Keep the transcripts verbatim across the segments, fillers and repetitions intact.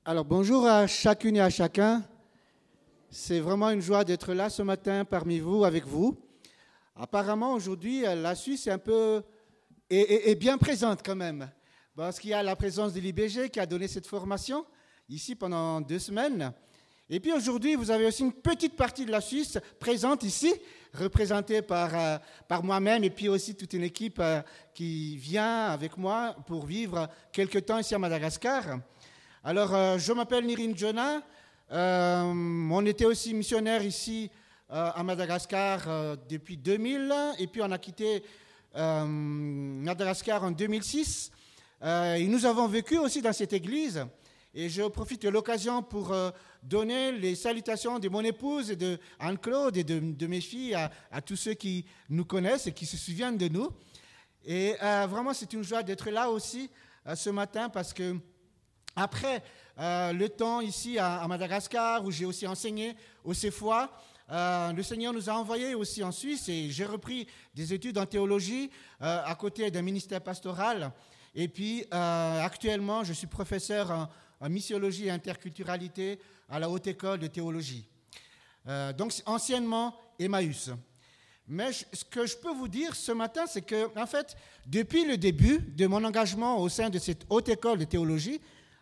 Alors bonjour à chacune et à chacun. C'est vraiment une joie d'être là ce matin parmi vous, avec vous. Apparemment aujourd'hui la Suisse est un peu est, est, est bien présente quand même, parce qu'il y a la présence de l'I B G qui a donné cette formation ici pendant deux semaines. Et puis aujourd'hui vous avez aussi une petite partie de la Suisse présente ici, représentée par, euh, par moi-même et puis aussi toute une équipe euh, qui vient avec moi pour vivre quelque temps ici à Madagascar. Alors, euh, je m'appelle Nirin Jonah. Euh, on était aussi missionnaire ici euh, à Madagascar euh, depuis deux mille, et puis on a quitté euh, Madagascar en deux mille six. Euh, et nous avons vécu aussi dans cette église. Et je profite de l'occasion pour euh, donner les salutations de mon épouse et de Anne-Claude et de, de mes filles à, à tous ceux qui nous connaissent et qui se souviennent de nous. Et euh, vraiment, c'est une joie d'être là aussi euh, ce matin parce que Après euh, le temps ici à, à Madagascar, où j'ai aussi enseigné au C F O A, euh, le Seigneur nous a envoyés aussi en Suisse et j'ai repris des études en théologie euh, à côté d'un ministère pastoral. Et puis euh, actuellement, je suis professeur en, en missiologie et interculturalité à la Haute École de théologie. Euh, donc anciennement Emmaüs. Mais je, ce que je peux vous dire ce matin, c'est que en fait, depuis le début de mon engagement au sein de cette Haute École de théologie,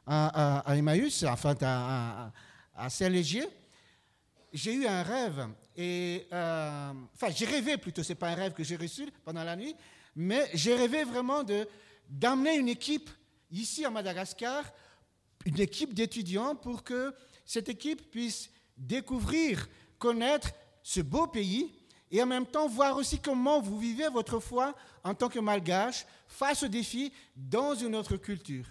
À, à, à Emmaüs, enfin à, à, à Saint-Légier, j'ai eu un rêve. Et, euh, enfin, j'ai rêvé plutôt, ce n'est pas un rêve que j'ai reçu pendant la nuit, mais j'ai rêvé vraiment de, d'amener une équipe ici à Madagascar, une équipe d'étudiants pour que cette équipe puisse découvrir, connaître ce beau pays et en même temps voir aussi comment vous vivez votre foi en tant que Malgache face aux défis dans une autre culture.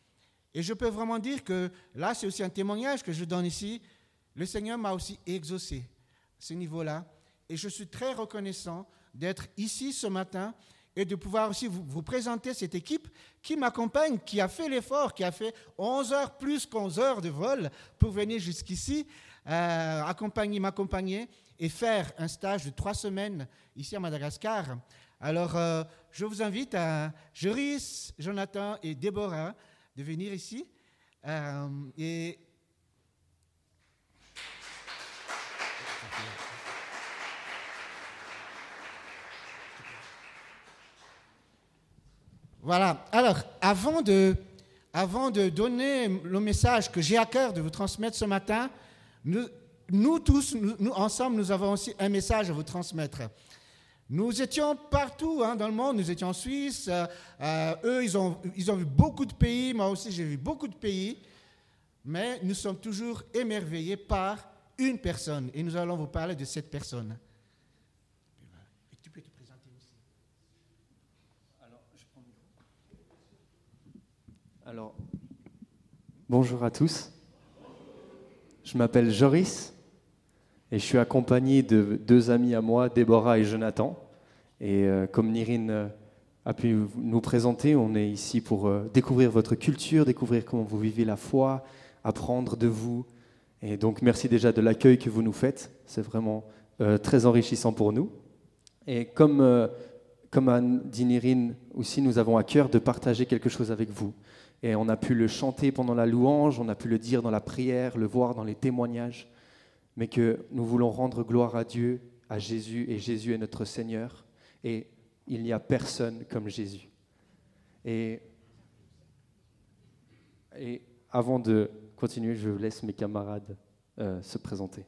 Et je peux vraiment dire que là, c'est aussi un témoignage que je donne ici. Le Seigneur m'a aussi exaucé à ce niveau-là. Et je suis très reconnaissant d'être ici ce matin et de pouvoir aussi vous, vous présenter cette équipe qui m'accompagne, qui a fait l'effort, qui a fait onze heures plus qu'onze heures de vol pour venir jusqu'ici, euh, accompagner, m'accompagner et faire un stage de trois semaines ici à Madagascar. Alors, euh, je vous invite à Joris, Jonathan et Déborah de venir ici. Euh, et voilà. Alors, avant de, avant de donner le message que j'ai à cœur de vous transmettre ce matin, nous, nous tous, nous, nous, ensemble, nous avons aussi un message à vous transmettre. Nous étions partout hein, dans le monde, nous étions en Suisse, euh, euh, eux ils ont, ils ont vu beaucoup de pays, moi aussi j'ai vu beaucoup de pays, mais nous sommes toujours émerveillés par une personne et nous allons vous parler de cette personne. Et tu peux te présenter aussi. Alors, je prends le micro. Alors, bonjour à tous, je m'appelle Joris. Et je suis accompagné de deux amis à moi, Déborah et Jonathan. Et euh, comme Nirin euh, a pu nous présenter, on est ici pour euh, découvrir votre culture, découvrir comment vous vivez la foi, apprendre de vous. Et donc merci déjà de l'accueil que vous nous faites. C'est vraiment euh, très enrichissant pour nous. Et comme, euh, comme a dit Nirin aussi, nous avons à cœur de partager quelque chose avec vous. Et on a pu le chanter pendant la louange, on a pu le dire dans la prière, le voir dans les témoignages. Mais que nous voulons rendre gloire à Dieu, à Jésus, et Jésus est notre Seigneur, et il n'y a personne comme Jésus. Et, et avant de continuer, je laisse mes camarades euh, se présenter.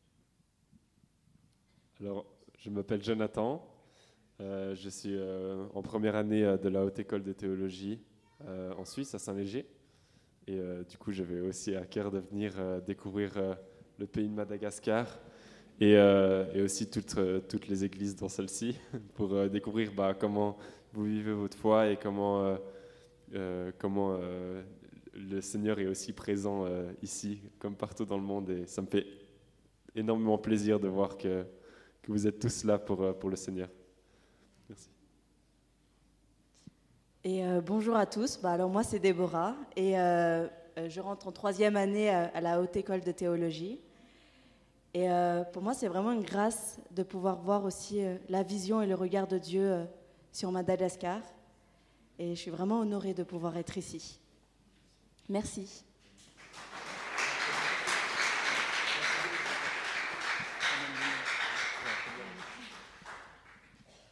Alors, je m'appelle Jonathan, euh, je suis euh, en première année de la Haute École de théologie euh, en Suisse, à Saint-Léger, et euh, du coup, j'avais aussi à cœur de venir euh, découvrir euh, le pays de Madagascar et, euh, et aussi toutes, euh, toutes les églises dans celle-ci pour euh, découvrir bah, comment vous vivez votre foi et comment, euh, euh, comment euh, le Seigneur est aussi présent euh, ici comme partout dans le monde et ça me fait énormément plaisir de voir que, que vous êtes tous là pour, pour le Seigneur. Merci. Et euh, bonjour à tous, bah, alors moi c'est Déborah et euh, je rentre en troisième année à, à la Haute École de théologie. Et euh, pour moi, c'est vraiment une grâce de pouvoir voir aussi euh, la vision et le regard de Dieu euh, sur Madagascar. Et je suis vraiment honorée de pouvoir être ici. Merci.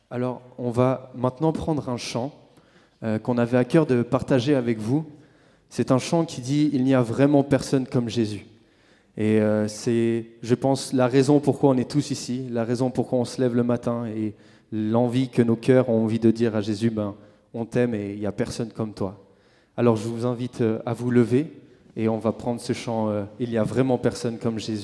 Alors, on va maintenant prendre un chant euh, qu'on avait à cœur de partager avec vous. C'est un chant qui dit « Il n'y a vraiment personne comme Jésus ». Et euh, c'est, je pense, la raison pourquoi on est tous ici, la raison pourquoi on se lève le matin et l'envie que nos cœurs ont envie de dire à Jésus, ben, on t'aime et il n'y a personne comme toi. Alors je vous invite à vous lever et on va prendre ce chant euh, « Il n'y a vraiment personne comme Jésus ».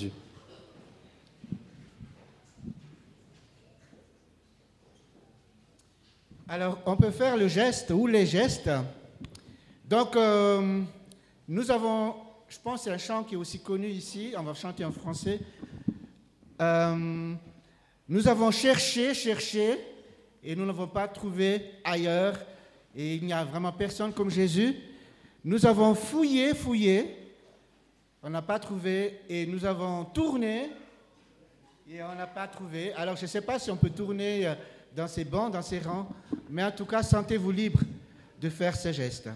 Alors, on peut faire le geste ou les gestes. Donc, euh, nous avons, je pense que c'est un chant qui est aussi connu ici, on va chanter en français. Euh, nous avons cherché, cherché, et nous n'avons pas trouvé ailleurs, et il n'y a vraiment personne comme Jésus. Nous avons fouillé, fouillé, on n'a pas trouvé, et nous avons tourné, et on n'a pas trouvé. Alors, je ne sais pas si on peut tourner dans ces bancs, dans ces rangs, mais en tout cas, sentez-vous libre de faire ces gestes.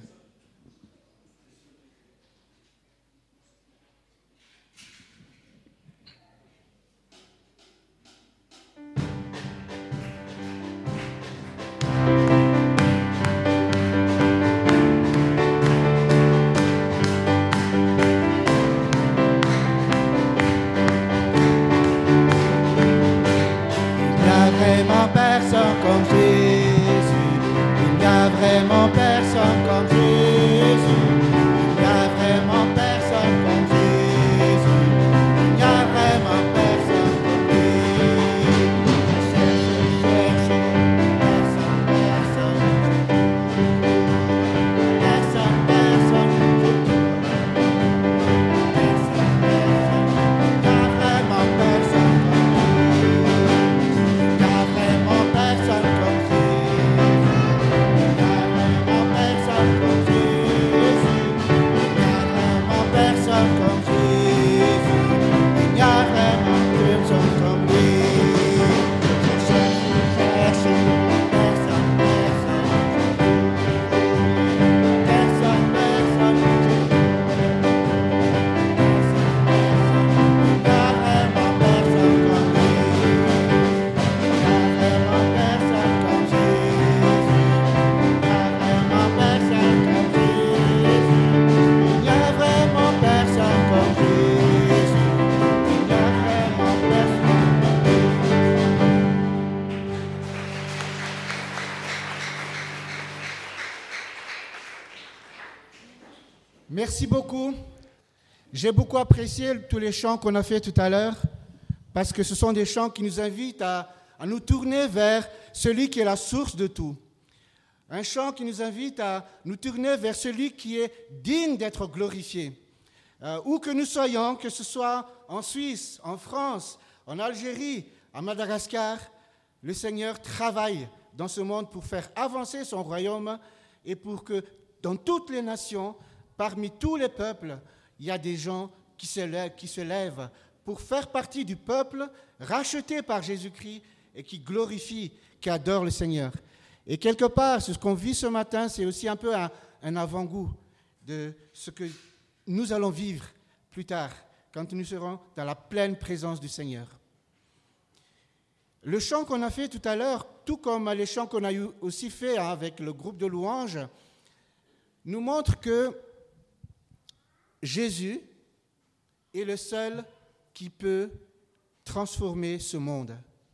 Comme Jésus, il n'y a vraiment personne comme Jésus, il n'y a vraiment personne comme Jésus, il n'y a vraiment personne comme lui. Cherche, cherche, personne, personne, personne, personne, personne, il n'y a vraiment personne comme lui. Il n'y a vraiment personne comme Merci beaucoup. J'ai beaucoup apprécié tous les chants qu'on a fait tout à l'heure parce que ce sont des chants qui nous invitent à, à nous tourner vers celui qui est la source de tout. Un chant qui nous invite à nous tourner vers celui qui est digne d'être glorifié. Euh, où que nous soyons, que ce soit en Suisse, en France, en Algérie, à Madagascar, le Seigneur travaille dans ce monde pour faire avancer son royaume et pour que dans toutes les nations, parmi tous les peuples, il y a des gens qui se lèvent, qui se lèvent pour faire partie du peuple racheté par Jésus-Christ et qui glorifie, qui adore le Seigneur. Et quelque part, ce qu'on vit ce matin, c'est aussi un peu un, un avant-goût de ce que nous allons vivre plus tard, quand nous serons dans la pleine présence du Seigneur. Le chant qu'on a fait tout à l'heure, tout comme les chants qu'on a eu aussi fait avec le groupe de louanges, nous montre que Jésus est le seul qui peut transformer ce monde.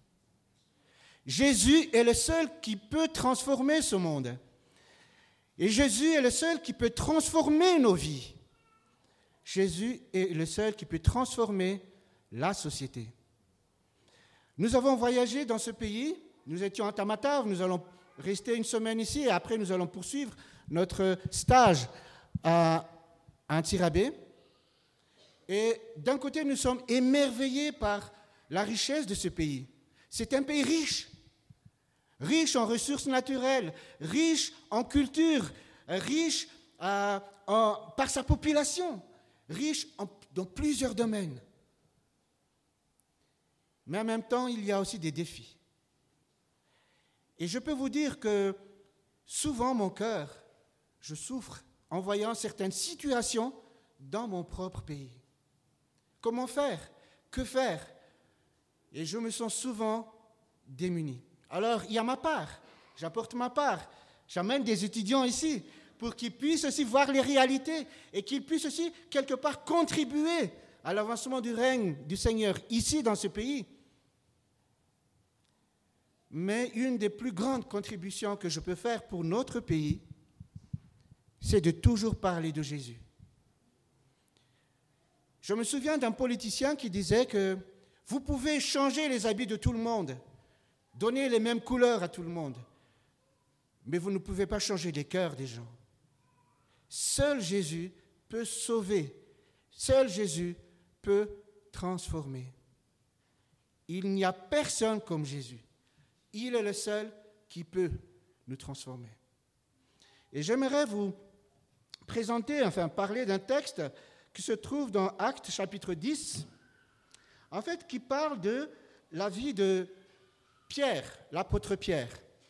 Jésus est le seul qui peut transformer ce monde. Et Jésus est le seul qui peut transformer nos vies. Jésus est le seul qui peut transformer la société. Nous avons voyagé dans ce pays, nous étions à Tamatave, nous allons rester une semaine ici et après nous allons poursuivre notre stage à Antirabé. Et d'un côté, nous sommes émerveillés par la richesse de ce pays. C'est un pays riche, riche en ressources naturelles, riche en culture, riche euh, en, par sa population, riche en, dans plusieurs domaines. Mais en même temps, il y a aussi des défis. Et je peux vous dire que souvent, mon cœur, je souffre en voyant certaines situations dans mon propre pays. Comment faire? Que faire? Et je me sens souvent démuni. Alors, il y a ma part. J'apporte ma part. J'amène des étudiants ici pour qu'ils puissent aussi voir les réalités et qu'ils puissent aussi, quelque part, contribuer à l'avancement du règne du Seigneur ici, dans ce pays. Mais une des plus grandes contributions que je peux faire pour notre pays, c'est de toujours parler de Jésus. Je me souviens d'un politicien qui disait que vous pouvez changer les habits de tout le monde, donner les mêmes couleurs à tout le monde, mais vous ne pouvez pas changer les cœurs des gens. Seul Jésus peut sauver, seul Jésus peut transformer. Il n'y a personne comme Jésus. Il est le seul qui peut nous transformer. Et j'aimerais vous présenter, enfin parler d'un texte qui se trouve dans Actes chapitre dix, en fait qui parle de la vie de Pierre, l'apôtre Pierre.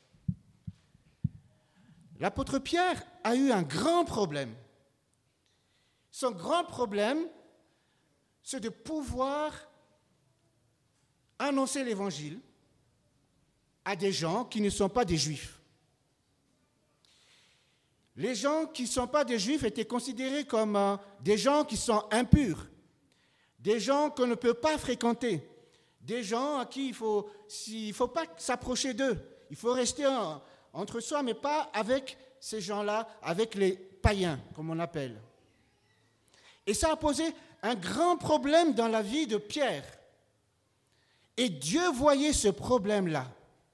L'apôtre Pierre a eu un grand problème. Son grand problème, c'est de pouvoir annoncer l'évangile à des gens qui ne sont pas des Juifs. Les gens qui ne sont pas des Juifs étaient considérés comme euh, des gens qui sont impurs, des gens qu'on ne peut pas fréquenter, des gens à qui il ne faut, il faut pas s'approcher d'eux. Il faut rester en, entre soi, mais pas avec ces gens-là, avec les païens, comme on appelle. Et ça a posé un grand problème dans la vie de Pierre. Et Dieu voyait ce problème-là.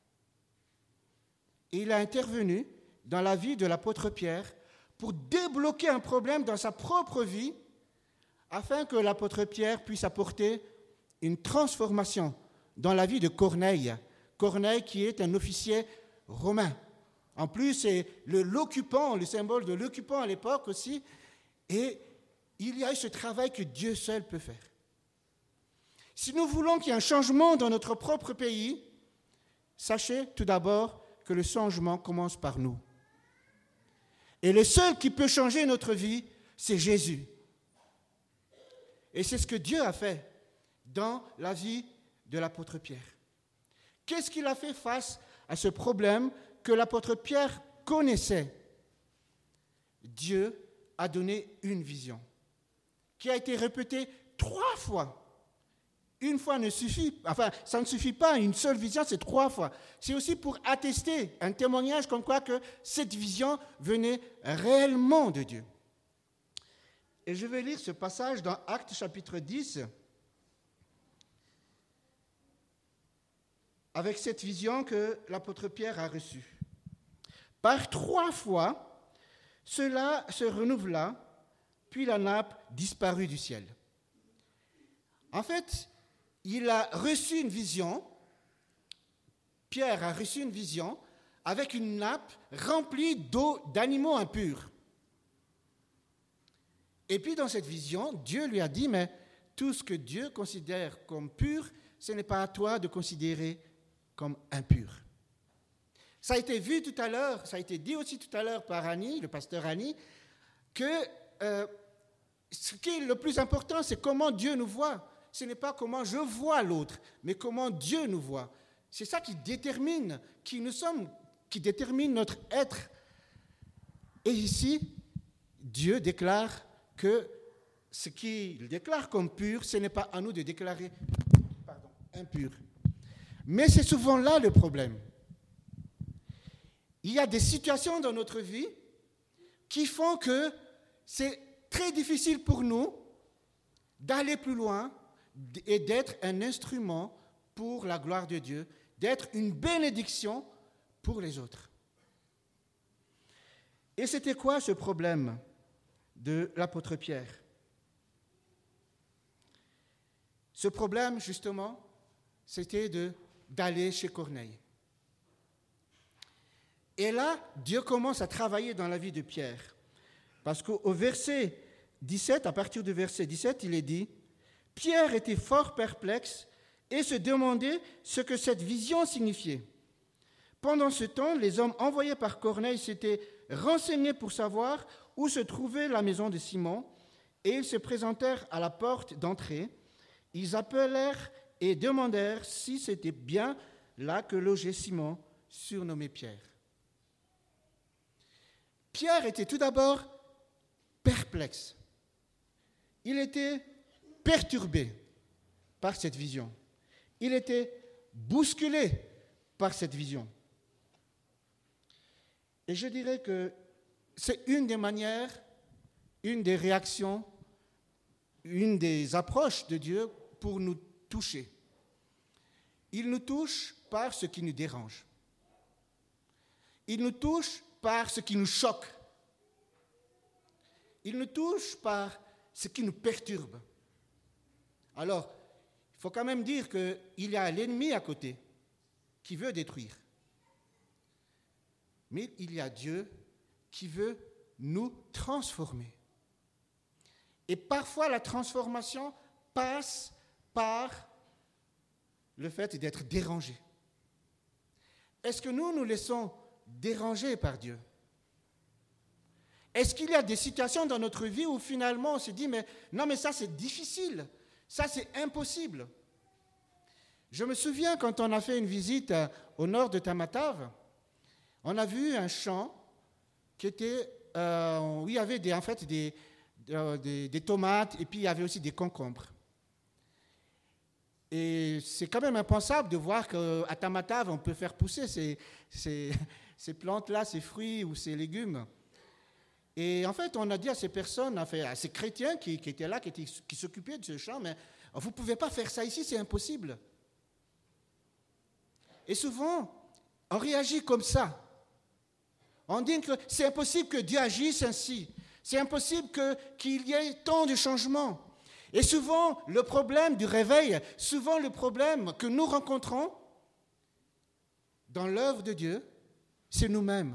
Et il a intervenu dans la vie de l'apôtre Pierre pour débloquer un problème dans sa propre vie afin que l'apôtre Pierre puisse apporter une transformation dans la vie de Corneille. Corneille qui est un officier romain. En plus, c'est le, l'occupant, le symbole de l'occupant à l'époque aussi. Et il y a eu ce travail que Dieu seul peut faire. Si nous voulons qu'il y ait un changement dans notre propre pays, sachez tout d'abord que le changement commence par nous. Et le seul qui peut changer notre vie, c'est Jésus. Et c'est ce que Dieu a fait dans la vie de l'apôtre Pierre. Qu'est-ce qu'il a fait face à ce problème que l'apôtre Pierre connaissait? Dieu a donné une vision qui a été répétée trois fois. Une fois ne suffit, enfin, ça ne suffit pas, une seule vision, c'est trois fois. C'est aussi pour attester un témoignage comme quoi que cette vision venait réellement de Dieu. Et je vais lire ce passage dans Actes chapitre dix, avec cette vision que l'apôtre Pierre a reçue. Par trois fois, cela se renouvela, puis la nappe disparut du ciel. En fait, il a reçu une vision, Pierre a reçu une vision avec une nappe remplie d'eau d'animaux impurs. Et puis dans cette vision, Dieu lui a dit, mais tout ce que Dieu considère comme pur, ce n'est pas à toi de considérer comme impur. Ça a été vu tout à l'heure, ça a été dit aussi tout à l'heure par Annie, le pasteur Annie, que euh, ce qui est le plus important, c'est comment Dieu nous voit. Ce n'est pas comment je vois l'autre, mais comment Dieu nous voit. C'est ça qui détermine qui nous sommes, qui détermine notre être. Et ici, Dieu déclare que ce qu'il déclare comme pur, ce n'est pas à nous de déclarer pardon, impur. Mais c'est souvent là le problème. Il y a des situations dans notre vie qui font que c'est très difficile pour nous d'aller plus loin et d'être un instrument pour la gloire de Dieu, d'être une bénédiction pour les autres. Et c'était quoi ce problème de l'apôtre Pierre? Ce problème, justement, c'était de, d'aller chez Corneille. Et là, Dieu commence à travailler dans la vie de Pierre. Parce qu'au verset dix-sept, à partir du verset dix-sept, il est dit « Pierre était fort perplexe et se demandait ce que cette vision signifiait. Pendant ce temps, les hommes envoyés par Corneille s'étaient renseignés pour savoir où se trouvait la maison de Simon, et ils se présentèrent à la porte d'entrée. Ils appelèrent et demandèrent si c'était bien là que logeait Simon, surnommé Pierre. Pierre était tout d'abord perplexe. Il était perturbé par cette vision. Il était bousculé par cette vision. Et je dirais que c'est une des manières, une des réactions, une des approches de Dieu pour nous toucher. Il nous touche par ce qui nous dérange. Il nous touche par ce qui nous choque. Il nous touche par ce qui nous perturbe. Alors, il faut quand même dire qu'il y a l'ennemi à côté qui veut détruire. Mais il y a Dieu qui veut nous transformer. Et parfois, la transformation passe par le fait d'être dérangé. Est-ce que nous nous laissons déranger par Dieu? Est-ce qu'il y a des situations dans notre vie où finalement on se dit, mais non, mais ça c'est difficile, ça c'est impossible. Je me souviens quand on a fait une visite au nord de Tamatave, on a vu un champ qui était, euh, où il y avait des, en fait des, des, des tomates et puis il y avait aussi des concombres. Et c'est quand même impensable de voir qu'à Tamatave on peut faire pousser ces, ces, ces plantes-là, ces fruits ou ces légumes. Et en fait, on a dit à ces personnes, enfin, à ces chrétiens qui, qui étaient là, qui, étaient, qui s'occupaient de ce champ, mais vous ne pouvez pas faire ça ici, c'est impossible. Et souvent, on réagit comme ça. On dit que c'est impossible que Dieu agisse ainsi. C'est impossible que, qu'il y ait tant de changements. Et souvent, le problème du réveil, souvent le problème que nous rencontrons dans l'œuvre de Dieu, c'est nous-mêmes.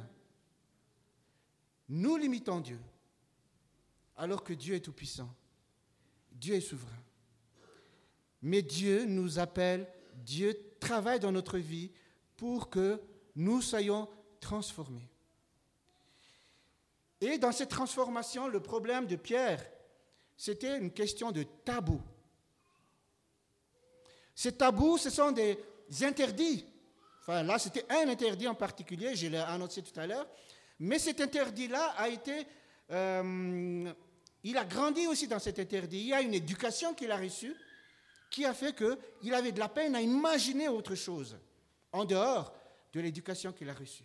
Nous limitons Dieu, alors que Dieu est tout-puissant. Dieu est souverain. Mais Dieu nous appelle, Dieu travaille dans notre vie pour que nous soyons transformés. Et dans cette transformation, le problème de Pierre, c'était une question de tabou. Ces tabous, ce sont des interdits. Enfin, là, c'était un interdit en particulier, je l'ai annoncé tout à l'heure. Mais cet interdit-là a été, euh, il a grandi aussi dans cet interdit. Il y a une éducation qu'il a reçue qui a fait qu'il avait de la peine à imaginer autre chose en dehors de l'éducation qu'il a reçue.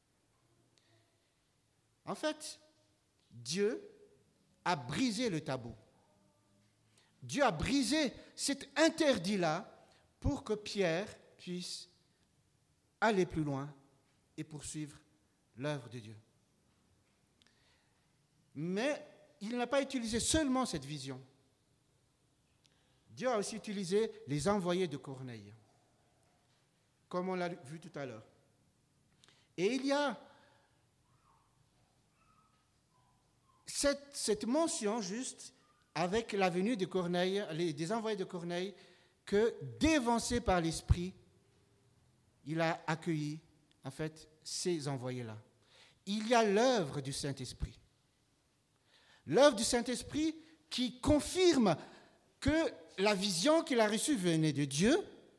En fait, Dieu a brisé le tabou. Dieu a brisé cet interdit-là pour que Pierre puisse aller plus loin et poursuivre l'œuvre de Dieu. Mais il n'a pas utilisé seulement cette vision. Dieu a aussi utilisé les envoyés de Corneille, comme on l'a vu tout à l'heure. Et il y a cette, cette mention juste avec la venue de Corneille, les, des envoyés de Corneille, que dévancé par l'Esprit, il a accueilli en fait ces envoyés-là. Il y a l'œuvre du Saint-Esprit. L'œuvre du Saint-Esprit qui confirme que la vision qu'il a reçue venait de Dieu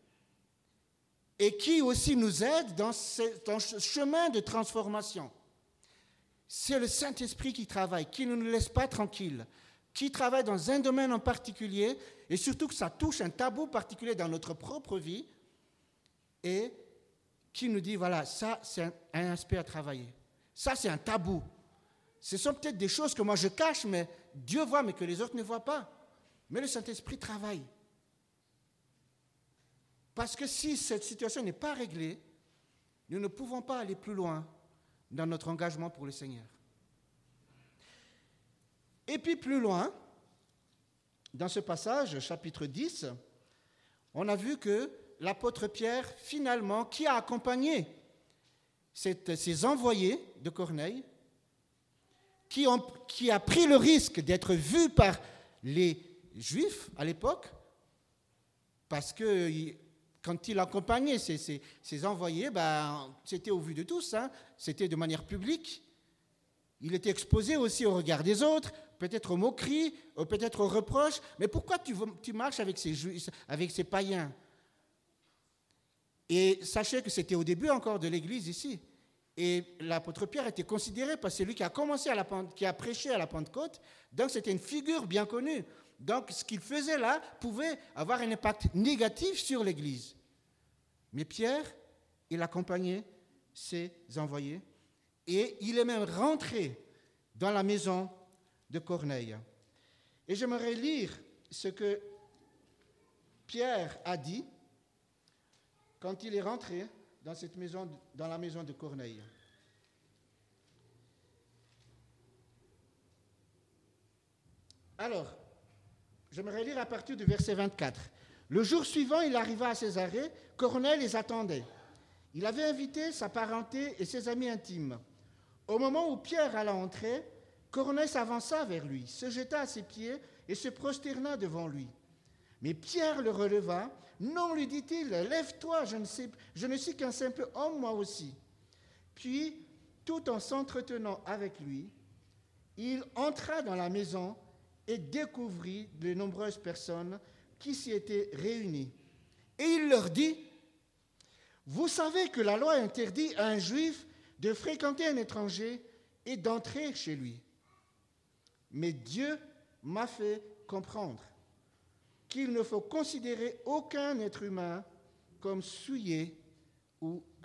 et qui aussi nous aide dans ce, dans ce chemin de transformation. C'est le Saint-Esprit qui travaille, qui ne nous laisse pas tranquilles, qui travaille dans un domaine en particulier et surtout que ça touche un tabou particulier dans notre propre vie et qui nous dit, voilà, ça c'est un, un aspect à travailler. Ça c'est un tabou. Ce sont peut-être des choses que moi je cache, mais Dieu voit, mais que les autres ne voient pas. Mais le Saint-Esprit travaille. Parce que si cette situation n'est pas réglée, nous ne pouvons pas aller plus loin dans notre engagement pour le Seigneur. Et puis plus loin, dans ce passage, chapitre dix, on a vu que l'apôtre Pierre, finalement, qui a accompagné cette, ces envoyés de Corneille, qui, ont, qui a pris le risque d'être vu par les Juifs à l'époque, parce que quand il accompagnait ces, ces, ces envoyés, ben, c'était au vu de tous, hein, c'était de manière publique. Il était exposé aussi au regard des autres, peut-être aux moqueries, peut-être aux reproches. Mais pourquoi tu, tu marches avec ces, Juifs, avec ces païens? Et sachez que c'était au début encore de l'Église ici. Et l'apôtre Pierre était considéré parce que c'est lui qui a commencé à la Pente- qui a prêché à la Pentecôte. Donc c'était une figure bien connue. Donc ce qu'il faisait là pouvait avoir un impact négatif sur l'Église. Mais Pierre, il accompagnait ses envoyés et il est même rentré dans la maison de Corneille. Et j'aimerais lire ce que Pierre a dit quand il est rentré dans cette maison, dans la maison de Corneille. Alors, j'aimerais lire à partir du verset vingt-quatre. Le jour suivant, il arriva à Césarée. Corneille les attendait. Il avait invité sa parenté et ses amis intimes. Au moment où Pierre alla entrer, Corneille s'avança vers lui, se jeta à ses pieds et se prosterna devant lui. Mais Pierre le releva. « Non, lui dit-il, lève-toi, je ne sais, je ne suis qu'un simple homme, moi aussi. » Puis, tout en s'entretenant avec lui, il entra dans la maison et découvrit de nombreuses personnes qui s'y étaient réunies. Et il leur dit, « Vous savez que la loi interdit à un juif de fréquenter un étranger et d'entrer chez lui. Mais Dieu m'a fait comprendre qu'il ne faut considérer aucun être humain comme souillé ou impur. »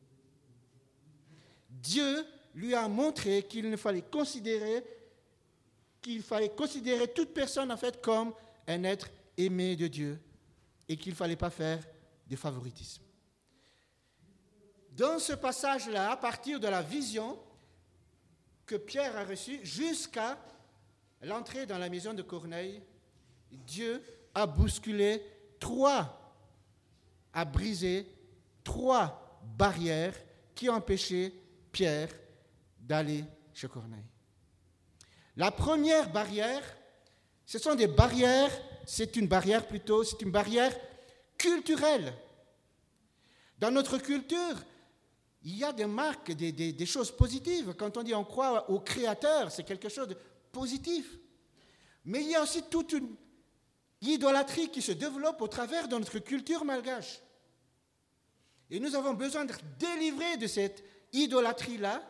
Dieu lui a montré qu'il ne fallait considérer, qu'il fallait considérer toute personne en fait comme un être aimé de Dieu et qu'il ne fallait pas faire de favoritisme. Dans ce passage-là, à partir de la vision que Pierre a reçue jusqu'à l'entrée dans la maison de Corneille, Dieu a bousculé trois, a brisé trois barrières qui empêchaient Pierre d'aller chez Corneille. La première barrière, ce sont des barrières, c'est une barrière plutôt, c'est une barrière culturelle. Dans notre culture, il y a des marques, des, des, des choses positives. Quand on dit on croit au Créateur, c'est quelque chose de positif. Mais il y a aussi toute une idolâtrie qui se développe au travers de notre culture malgache. Et nous avons besoin d'être délivrés de cette idolâtrie-là,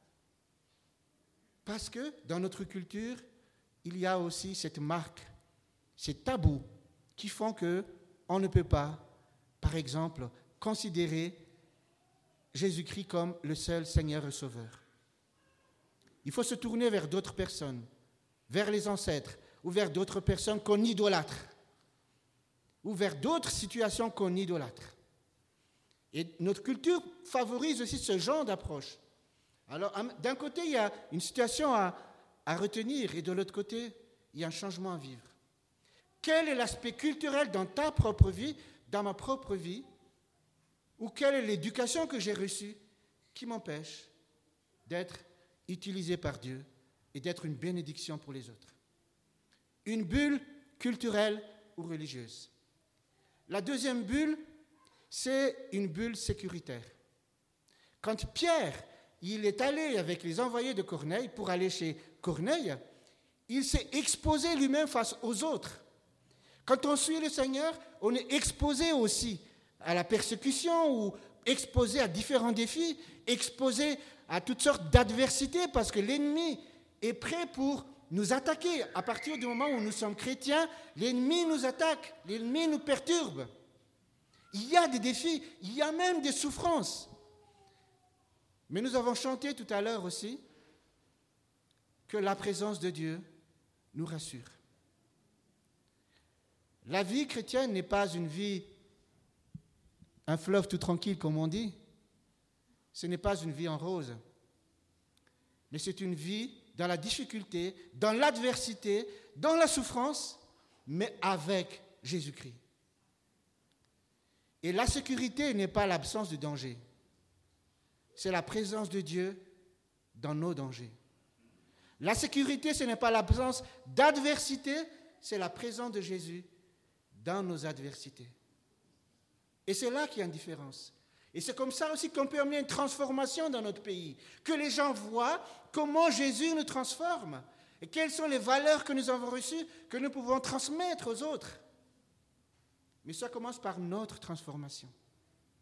parce que dans notre culture, il y a aussi cette marque, ces tabous qui font qu'on ne peut pas, par exemple, considérer Jésus-Christ comme le seul Seigneur et Sauveur. Il faut se tourner vers d'autres personnes, vers les ancêtres, ou vers d'autres personnes qu'on idolâtre, ou vers d'autres situations qu'on idolâtre. Et notre culture favorise aussi ce genre d'approche. Alors, d'un côté, il y a une situation à, à retenir, et de l'autre côté, il y a un changement à vivre. Quel est l'aspect culturel dans ta propre vie, dans ma propre vie, ou quelle est l'éducation que j'ai reçue qui m'empêche d'être utilisé par Dieu et d'être une bénédiction pour les autres? Une bulle culturelle ou religieuse. La deuxième bulle, c'est une bulle sécuritaire. Quand Pierre, il est allé avec les envoyés de Corneille pour aller chez Corneille, il s'est exposé lui-même face aux autres. Quand on suit le Seigneur, on est exposé aussi à la persécution ou exposé à différents défis, exposé à toutes sortes d'adversités parce que l'ennemi est prêt pour nous attaquer. À partir du moment où nous sommes chrétiens, l'ennemi nous attaque, l'ennemi nous perturbe. Il y a des défis, il y a même des souffrances. Mais nous avons chanté tout à l'heure aussi que la présence de Dieu nous rassure. La vie chrétienne n'est pas une vie, un fleuve tout tranquille comme on dit. Ce n'est pas une vie en rose. Mais c'est une vie dans la difficulté, dans l'adversité, dans la souffrance, mais avec Jésus-Christ. Et la sécurité n'est pas l'absence de danger. C'est la présence de Dieu dans nos dangers. La sécurité, ce n'est pas l'absence d'adversité, c'est la présence de Jésus dans nos adversités. Et c'est là qu'il y a une différence. Et c'est comme ça aussi qu'on peut amener une transformation dans notre pays, que les gens voient comment Jésus nous transforme et quelles sont les valeurs que nous avons reçues, que nous pouvons transmettre aux autres. Mais ça commence par notre transformation.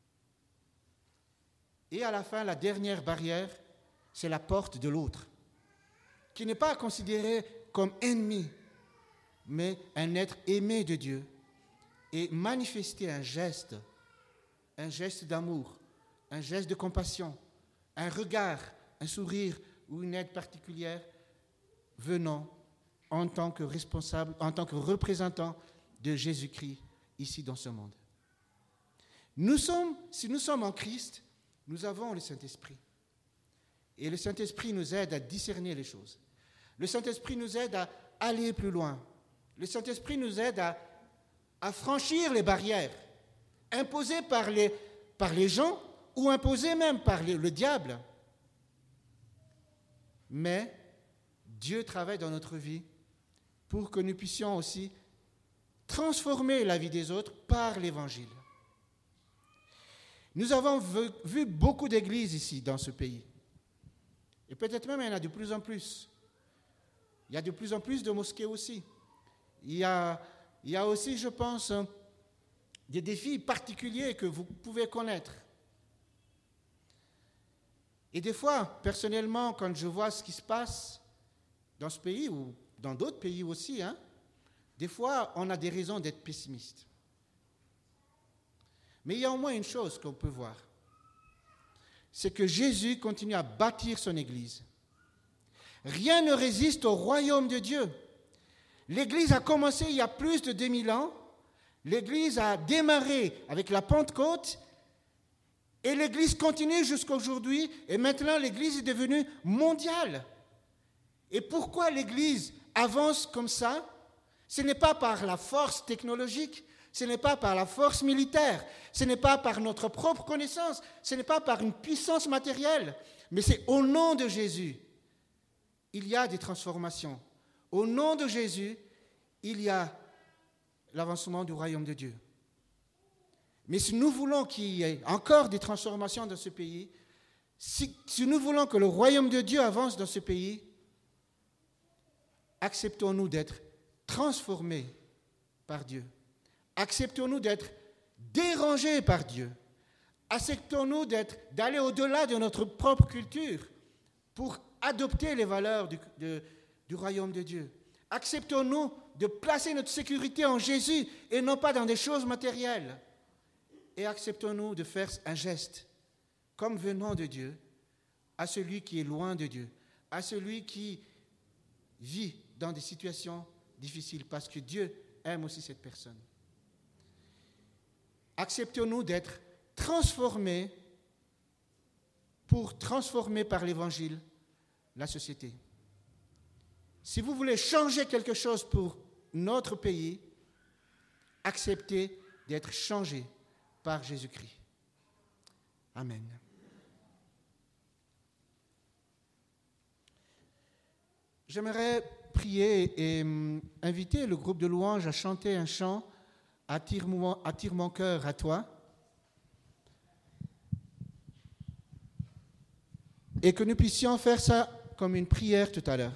Et à la fin, la dernière barrière, c'est la porte de l'autre, qui n'est pas considéré comme ennemi, mais un être aimé de Dieu. Et manifester un geste, un geste d'amour, un geste de compassion, un regard, un sourire ou une aide particulière venant en tant que responsable, en tant que représentant de Jésus-Christ ici dans ce monde. Nous sommes, si nous sommes en Christ, nous avons le Saint-Esprit. Et le Saint-Esprit nous aide à discerner les choses. Le Saint-Esprit nous aide à aller plus loin. Le Saint-Esprit nous aide à, à franchir les barrières imposées par les, par les gens ou imposées même par les, le diable. Mais Dieu travaille dans notre vie pour que nous puissions aussi transformer la vie des autres par l'Évangile. Nous avons vu, vu beaucoup d'églises ici dans ce pays. Et peut-être même il y en a de plus en plus. Il y a de plus en plus de mosquées aussi. Il y a, il y a aussi, je pense, des défis particuliers que vous pouvez connaître. Et des fois, personnellement, quand je vois ce qui se passe dans ce pays ou dans d'autres pays aussi, hein, des fois, on a des raisons d'être pessimiste. Mais il y a au moins une chose qu'on peut voir, c'est que Jésus continue à bâtir son Église. Rien ne résiste au royaume de Dieu. L'Église a commencé il y a plus de deux mille ans. L'Église a démarré avec la Pentecôte et l'Église continue jusqu'à aujourd'hui. Et maintenant, l'Église est devenue mondiale. Et pourquoi l'Église avance comme ça? Ce n'est pas par la force technologique, ce n'est pas par la force militaire, ce n'est pas par notre propre connaissance, ce n'est pas par une puissance matérielle, mais c'est au nom de Jésus. Il y a des transformations. Au nom de Jésus, il y a l'avancement du royaume de Dieu. Mais si nous voulons qu'il y ait encore des transformations dans ce pays, si, si nous voulons que le royaume de Dieu avance dans ce pays, acceptons-nous d'être transformés par Dieu. Acceptons-nous d'être dérangés par Dieu. Acceptons-nous d'être, d'aller au-delà de notre propre culture pour adopter les valeurs du, de, du royaume de Dieu. Acceptons-nous de placer notre sécurité en Jésus et non pas dans des choses matérielles. Et acceptons-nous de faire un geste comme venant de Dieu à celui qui est loin de Dieu, à celui qui vit dans des situations difficiles parce que Dieu aime aussi cette personne. Acceptons-nous d'être transformés pour transformer par l'Évangile la société. Si vous voulez changer quelque chose pour notre pays, acceptez d'être changé par Jésus-Christ. Amen. J'aimerais prier et um, inviter le groupe de louanges à chanter un chant « Attire mon, attire mon cœur à toi ». Et que nous puissions faire ça comme une prière tout à l'heure.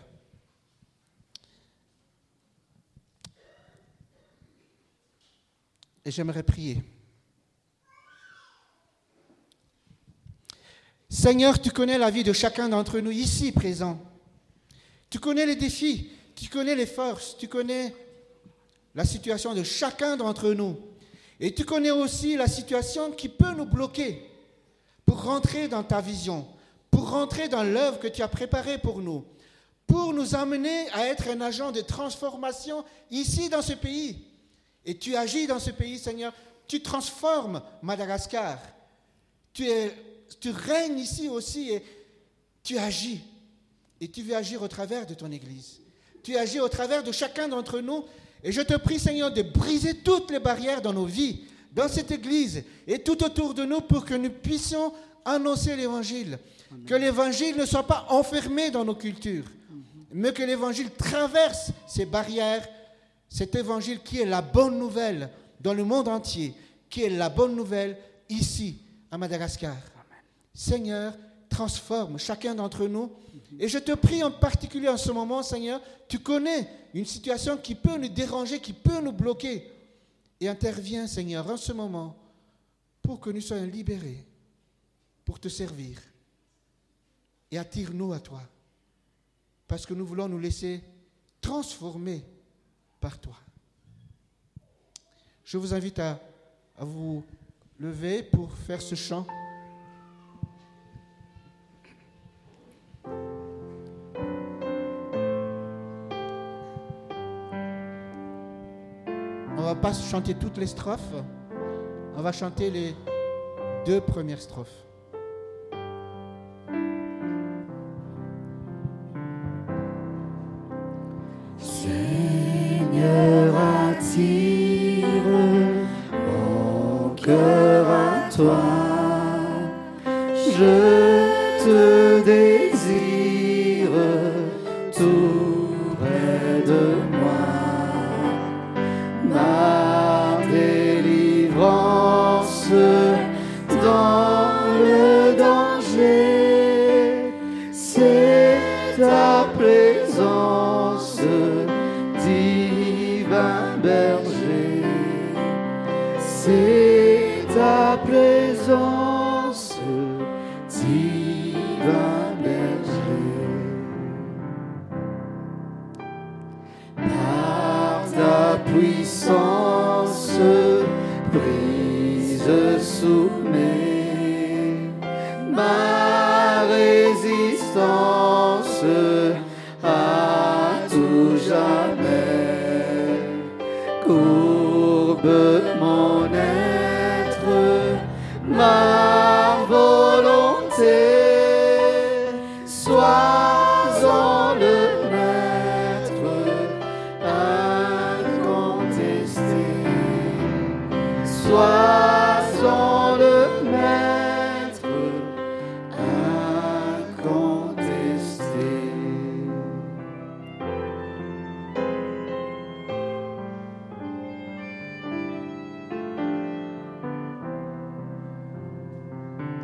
Et j'aimerais prier. Seigneur, tu connais la vie de chacun d'entre nous ici présents. Tu connais les défis, tu connais les forces, tu connais la situation de chacun d'entre nous. Et tu connais aussi la situation qui peut nous bloquer pour rentrer dans ta vision, pour rentrer dans l'œuvre que tu as préparée pour nous, pour nous amener à être un agent de transformation ici dans ce pays. Et tu agis dans ce pays, Seigneur. Tu transformes Madagascar. Tu, es, tu règnes ici aussi et tu agis. Et tu veux agir au travers de ton Église. Tu agis au travers de chacun d'entre nous. Et je te prie, Seigneur, de briser toutes les barrières dans nos vies, dans cette Église et tout autour de nous pour que nous puissions annoncer l'Évangile. Amen. Que l'Évangile ne soit pas enfermé dans nos cultures, mm-hmm. mais que l'Évangile traverse ces barrières. Cet Évangile qui est la bonne nouvelle dans le monde entier, qui est la bonne nouvelle ici, à Madagascar. Amen. Seigneur, transforme chacun d'entre nous. Et je te prie en particulier en ce moment, Seigneur, tu connais une situation qui peut nous déranger, qui peut nous bloquer. Et interviens, Seigneur, en ce moment, pour que nous soyons libérés, pour te servir. Et attire-nous à toi, parce que nous voulons nous laisser transformer par toi. Je vous invite à, à vous lever pour faire ce chant. On ne va pas chanter toutes les strophes, on va chanter les deux premières strophes. Seigneur, attire mon cœur à toi, je te désire tout près de moi, ma délivrance dans le danger, c'est ta présence, divin berger, c'est ta présence, divin berger. Par ta puissance, brise, soumets ma résistance.